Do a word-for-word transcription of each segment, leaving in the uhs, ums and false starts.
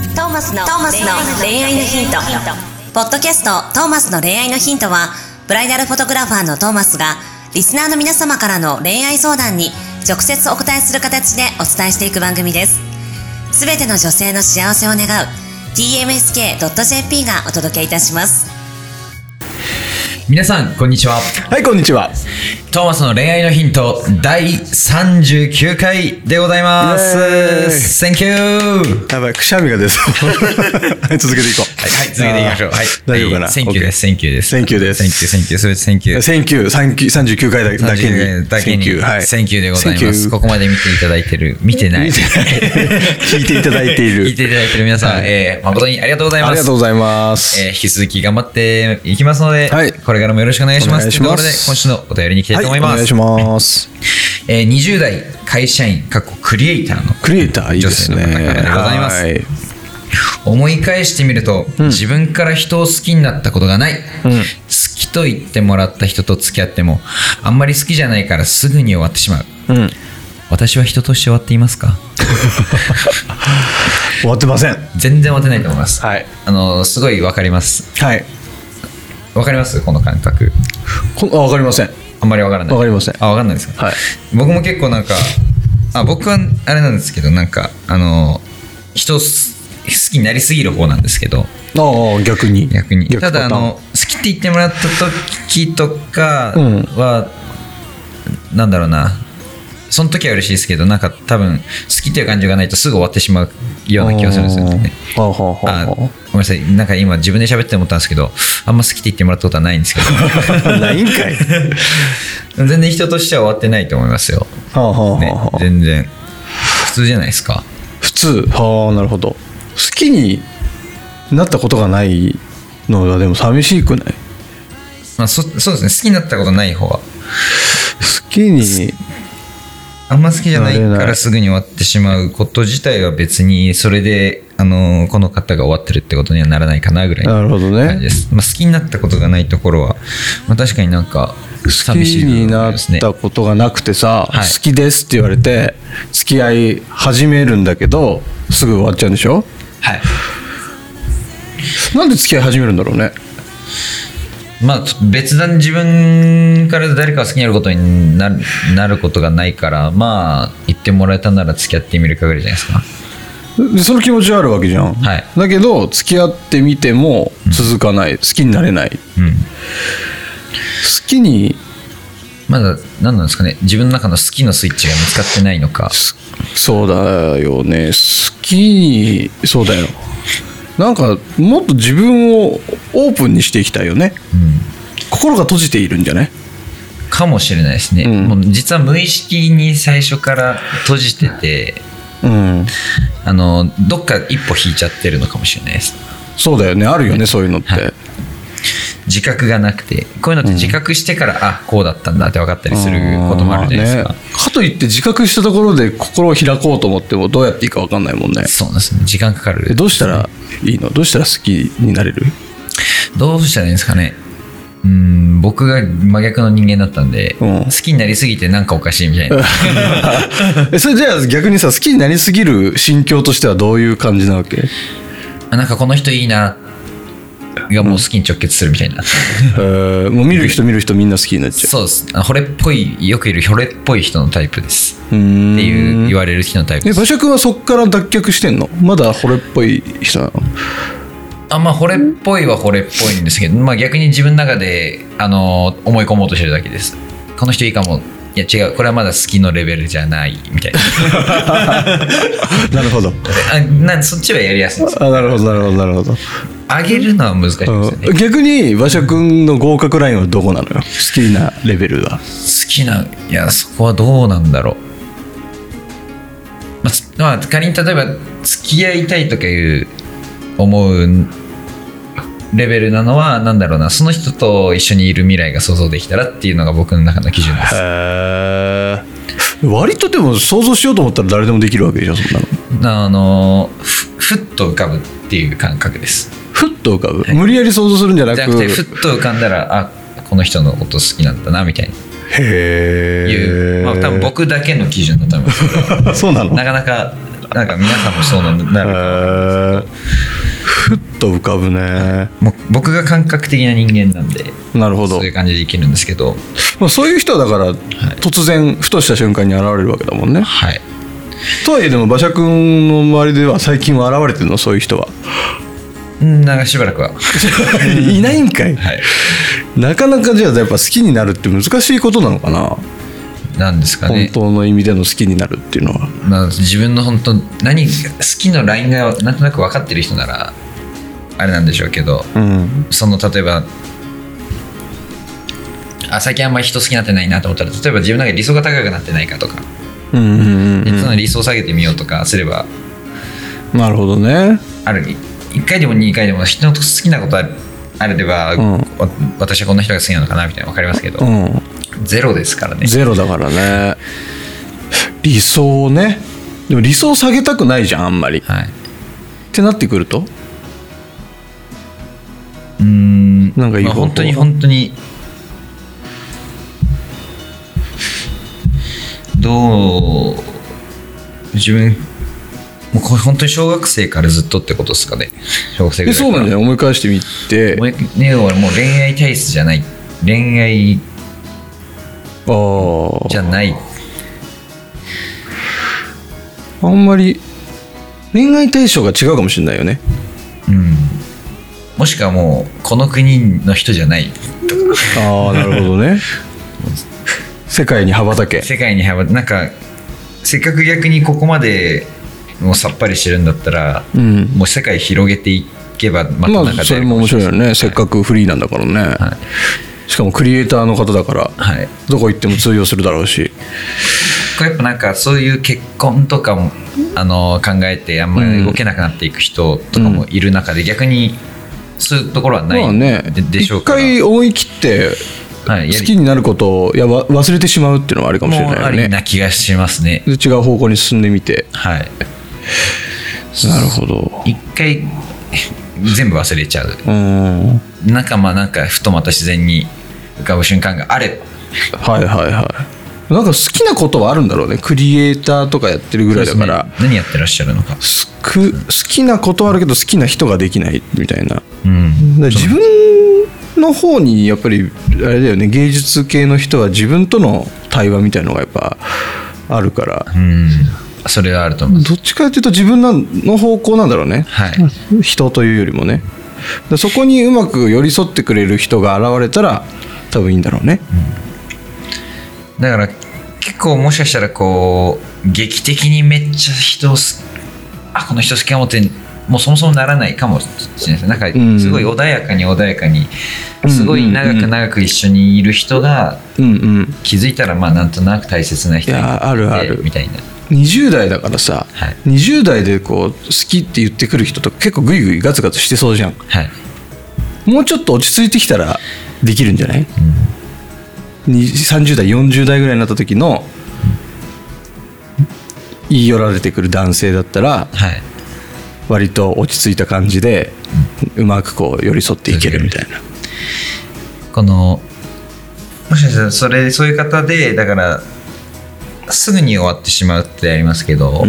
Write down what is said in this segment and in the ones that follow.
トーマスの恋愛のヒント。ポッドキャストトーマスの恋愛のヒントは、ブライダルフォトグラファーのトーマスがリスナーの皆様からの恋愛相談に直接お答えする形でお伝えしていく番組です。すべての女性の幸せを願う ティーエムエスケードットジェーピー がお届けいたします。 皆さんこんにちは。 はい、こんにちは。 トーマスの恋愛のヒントだいさんじゅうきゅうかいでございます。 Thank you。 やばい、くしゃみが出そうはい、続けていこう。 はい、はい、続けていきましょう。はい、 大丈夫かな。 Thank you です。 Thank you です。 Thank you です。 Thank you Thank you それ Thank you Thank you さんじゅうきゅうかいだけにだけに Thank you、はい、 Thank you でございます。ここまで見ていただいてる見てない聞いていただいている聞いていただいてる皆さん、はい、えー、誠にありがとうございます。 ありがとうございます。 えー、引き続き頑張っていきますので、はい、これからもよろしくお願いします。というところで今週のお便りに行きたいと思います。 はい、お願いします。 えー、にじゅう代会社員過去クリエイターのクリエイターいいですね。 女性の方からでございます。はい、思い返してみると、うん、自分から人を好きになったことがない、うん、好きと言ってもらった人と付き合ってもあんまり好きじゃないからすぐに終わってしまう、うん、私は人として終わっていますか？ 終わってません。 全然終わってないと思います。はい、あのすごい分かります。 はい、 分かりますこの感覚。 こあ分かりません。 あんまり分からない。 分かりません。 あ、分かんないですか？はい、僕も結構なんかあ僕はあれなんですけど、なんかあの人好きになりすぎる方なんですけど。 ああ、逆に逆にただあの好きって言ってもらった時とかは、うん、なんだろうな、その時は嬉しいですけど、なんか多分好きっていう感情がないとすぐ終わってしまうような気がするんですよね。ああ、ごめんなさい、なんか今自分で喋って思ったんですけど、あんま好きって言ってもらったことはないんですけどないんかい全然人としては終わってないと思いますよ、ね、全然普通じゃないですか。 普通。はあ、なるほど。好きになったことがないのはでも寂しくない？ まあ、そ, そうですね、好きになったことない方は好きにあんま好きじゃないからすぐに終わってしまうこと自体は別にそれであのこの方が終わってるってことにはならないかなぐらいの感じです。なるほどね。まあ、好きになったことがないところは、まあ、確かになんか寂しい部分ですね。 好きになったことがなくてさ、はい、好きですって言われて付き合い始めるんだけどすぐ終わっちゃうんでしょ？はい。なんで付き合い始めるんだろうね。 まあ、別段自分から誰かを好きになることにな る, なることがないから、まあ言ってもらえたなら付き合ってみるかぐらいじゃないですか。 でその気持ちはあるわけじゃん、はい、だけど付き合ってみても続かない、うん、好きになれない、うん、好きにまだ何なんですかね、自分の中の好きのスイッチが見つかってないのか。 そうだよね、好きにそうだよ、なんかもっと自分をオープンにしていきたいよね、うん、心が閉じているんじゃないかもしれないですね、うん、もう実は無意識に最初から閉じてて、うん、あのどっか一歩引いちゃってるのかもしれないです。 そうだよね、あるよね、そういうのって、はい、 自覚がなくて、こういうのって自覚してから、うん、あこうだったんだって分かったりすることもあるじゃないですか、 ね、かといって自覚したところで心を開こうと思ってもどうやっていいか分かんないもんね。 そうですね、時間かかる。 どうしたらいいの？どうしたら好きになれる？ どうしたらいいんですかね。うーん、僕が真逆の人間だったんで、うん、好きになりすぎてなんかおかしいみたいなそれじゃあ逆にさ、好きになりすぎる心境としてはどういう感じなわけ？ なんかこの人いいながもう好きに直結するみたいな、 うん、もう見る人見る人みんな好きになっちゃう。 そうです。惚れっぽい、よくいる惚れっぽい人のタイプですっていう言われる人のタイプです。 馬車君はそっから脱却してんの？まだ惚れっぽい人なの？ あ、まあ惚れっぽいは惚れっぽいんですけど、まあ、逆に自分の中であの思い込もうとしてるだけです。この人いいかも、いや違う、これはまだ好きのレベルじゃないみたいななるほど。 あなそっちはやりやすいです。 あ、なるほどなるほどなるほど。 上げるのは難しいですよね。 逆に馬車君の合格ラインはどこなのよ？好きなレベルは。 好きな、いやそこはどうなんだろう。まあ、まあ、仮に例えば付き合いたいとかいう思うレベルなのはなんだろうな、その人と一緒にいる未来が想像できたらっていうのが僕の中の基準です。 へー、割とでも想像しようと思ったら誰でもできるわけでしょ、そんなの。 あのふ, ふっと浮かぶっていう感覚です。 ふっと浮かぶ、はい、無理やり想像するんじゃなくじゃなくて、ふっと浮かんだら、あこの人のこと好きなんだなみたいな。 へー、 いう、まあ、多分僕だけの基準だと思いますけどそうなの？なかなかなんか皆さんもそうなるかなふっと浮かぶね。 もう僕が感覚的な人間なんで、 なるほど。 そういう感じで生きるんですけど、 まあ、そういう人はだから、はい、突然ふとした瞬間に現れるわけだもんね。 はい。 とはいえでも馬車君の周りでは最近は現れてるの、そういう人は。 うんなんかしばらくはいないんかい、はい、なかなかじゃあやっぱ好きになるって難しいことなのかな。 なんですかね、 本当の意味での好きになるっていうのは、 まあ、自分の本当何好きのラインがなんとなく分かってる人ならあれなんでしょうけど、うん、その例えばあ最近あんまり人好きになってないなと思ったら、例えば自分の中で理想が高くなってないかとか、うんうんうんうん、いつも理想を下げてみようとかすれば、 なるほどね。 あるいっかいでもにかいでも人の好きなことあれば、うん、私はこんな人が好きなのかなみたいなの分かりますけど、うん、ゼロですからね。 ゼロだからね。理想ね。でも理想を下げたくないじゃんあんまり、はい、ってなってくるとうーんなんかいい方法、まあ、本当に本当にどう自分もうこれ本当に小学生からずっとってことですかね。小学生ぐらいから。 そうなんだよ。思い返してみて、 思いねもう恋愛体質じゃない、恋愛じゃない、 あんまり恋愛対象が違うかもしれないよね。 うん。もしくはもうこの国の人じゃないとか。 ああなるほどね。世界に羽ばたけ。 世界に羽ばたけ。なんかせっかく逆にここまでもうさっぱりしてるんだったら、うん、もう世界広げていけばまたなんか、 まあ、それも面白いよね、はい、せっかくフリーなんだからね、はい、しかもクリエイターの方だから、はい、どこ行っても通用するだろうし、 これやっぱなんかそういう結婚とかもあの考えてあんまり動けなくなっていく人とかもいる中で、うん、逆にそういうところはない、まあね、でしょうから、 一回思い切ってはい、好きになることをや忘れてしまうっていうのはあるかもしれないよね。もうありな気がしますね。 で違う方向に進んでみて、 はい、 なるほど。 一回全部忘れちゃう。うん、なんかまあなんかふとまた自然に浮かぶ瞬間があれば、はいはいはい。なんか好きなことはあるんだろうね。クリエイターとかやってるぐらいだから、 ね、何やってらっしゃるのか。 く好きなことはあるけど好きな人ができないみたいな、うん、だ自分の方にやっぱりあれだよね、芸術系の人は自分との対話みたいなのがやっぱあるから、 うん、それはあると思う。 どっちかというと自分の方向なんだろうね、はい、人というよりもね。そこにうまく寄り添ってくれる人が現れたら多分いいんだろうね、 うん、だから結構もしかしたらこう劇的にめっちゃ人をあこの人好きかもってもうそもそもならないかもしれないです。なんかすごい穏やかに穏やかにすごい長く長く一緒にいる人が気づいたらまあなんとなく大切な人がいてみたいな。 にじゅう代だからさ、はい、にじゅう代でこう好きって言ってくる人と結構グイグイガツガツしてそうじゃん、はい、もうちょっと落ち着いてきたらできるんじゃない、うん、さんじゅう代よんじゅう代ぐらいになった時の言い寄られてくる男性だったら、はい、割と落ち着いた感じでうまくこう寄り添っていけるみたいな。 このもしかしたらそれそういう方でだからすぐに終わってしまうってありますけど、うん、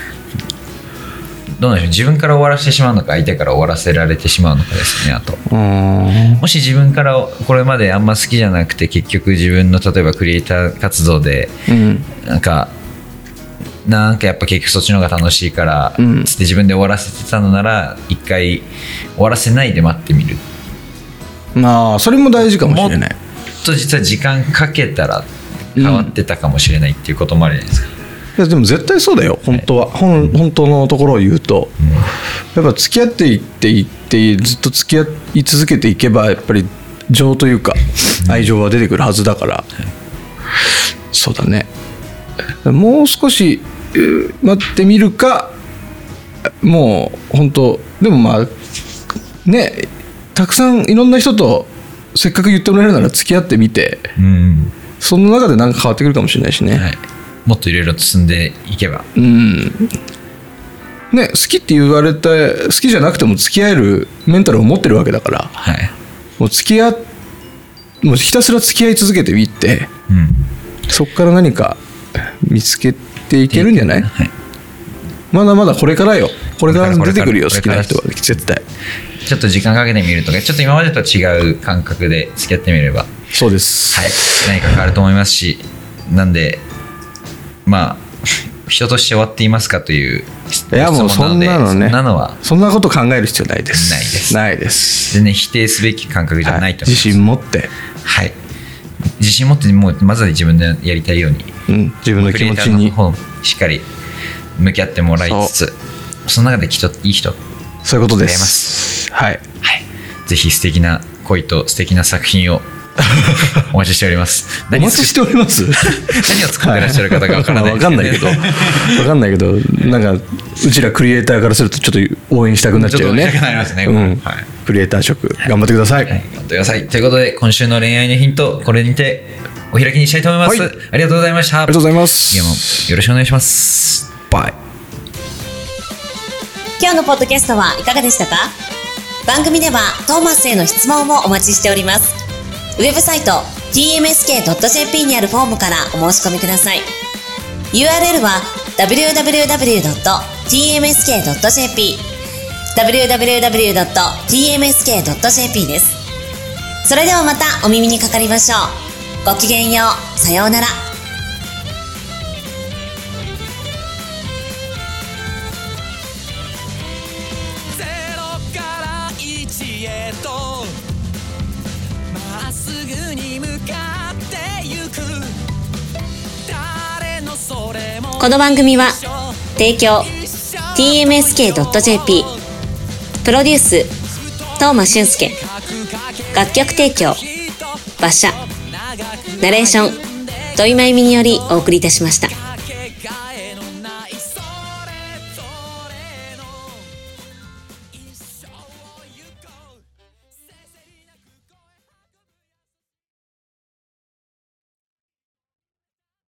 どうなんでしょう、自分から終わらせてしまうのか相手から終わらせられてしまうのかですね。あともし自分からこれまであんま好きじゃなくて結局自分の例えばクリエイター活動で、うん、なんかなんかやっぱ結局そっちの方が楽しいからつって自分で終わらせてたのなら一回終わらせないで待ってみる。 まあそれも大事かもしれない。 もっと実は時間かけたら変わってたかもしれないっていうこともあるじゃないですか、 うん、いやでも絶対そうだよ本当は、はい、本, 本当のところを言うと、うん、やっぱ付き合っていっていってずっと付き合い続けていけばやっぱり情というか愛情は出てくるはずだから、うん、そうだね。もう少し待ってみるか、もう本当でもまあね、たくさんいろんな人とせっかく言ってもらえるなら付き合ってみて、うん、その中で何か変わってくるかもしれないしね、はい、 もっといろいろと進んでいけば、 うんね、好きって言われて好きじゃなくても付き合えるメンタルを持ってるわけだから、はい、もう付き合もうひたすら付き合い続けてみて、うん、そこから何か見つけていけるんじゃない？はい、 まだまだこれからよ。これから出てくるよ、好きこれからな人は絶対。 ちょっと時間かけてみるとか、ちょっと今までと違う感覚で付き合ってみれば、 そうです。 はい、何か変わると思いますし、なんでまあ人として終わっていますかという質いやもうそんなのね、 そんなのはそんなこと考える必要ないです。 ないですないです。 全然否定すべき感覚じゃないと思います、 はい、自信持って、 はい、自信持ってもうまずは自分でやりたいように、 うん、自分の気持ちにクリエイターの方しっかり向き合ってもらいつつ、そ, その中できっといい人、 そういうことです。はい、はい、 ぜひ素敵な恋と素敵な作品をお待ちしております。 お待ちしております。 何を作ってらっしゃる方がわからない、 わかんないけど、わかんないけど、なんかうちらクリエイターからするとちょっと応援したくなっちゃうよね。 ちょっと応援したくなりますね。 うん、 はい、 クリエイター職頑張ってください。 はい、頑張ってください。ということで今週の恋愛のヒント、これにてお開きにしたいと思います。はい、ありがとうございました。 ありがとうございます。 次もよろしくお願いします。バイ。 今日のポッドキャストはいかがでしたか？番組ではトーマスへの質問もお待ちしております。ウェブサイト ティーエムエスケードットジェーピー にあるフォームからお申し込みください。 ユーアールエル は ダブリューダブリューダブリュードットティーエムエスケードットジェーピー ダブリューダブリューダブリュードットティーエムエスケードットジェーピー です。それではまたお耳にかかりましょう。ごきげんよう。さようなら。 まっすぐに向かってゆく。誰のそれもこの番組は提供 ティーエムエスケードットジェーピー プロデュース東間俊介、楽曲提供馬車、ナレーション土井真由美によりお送りいたしました。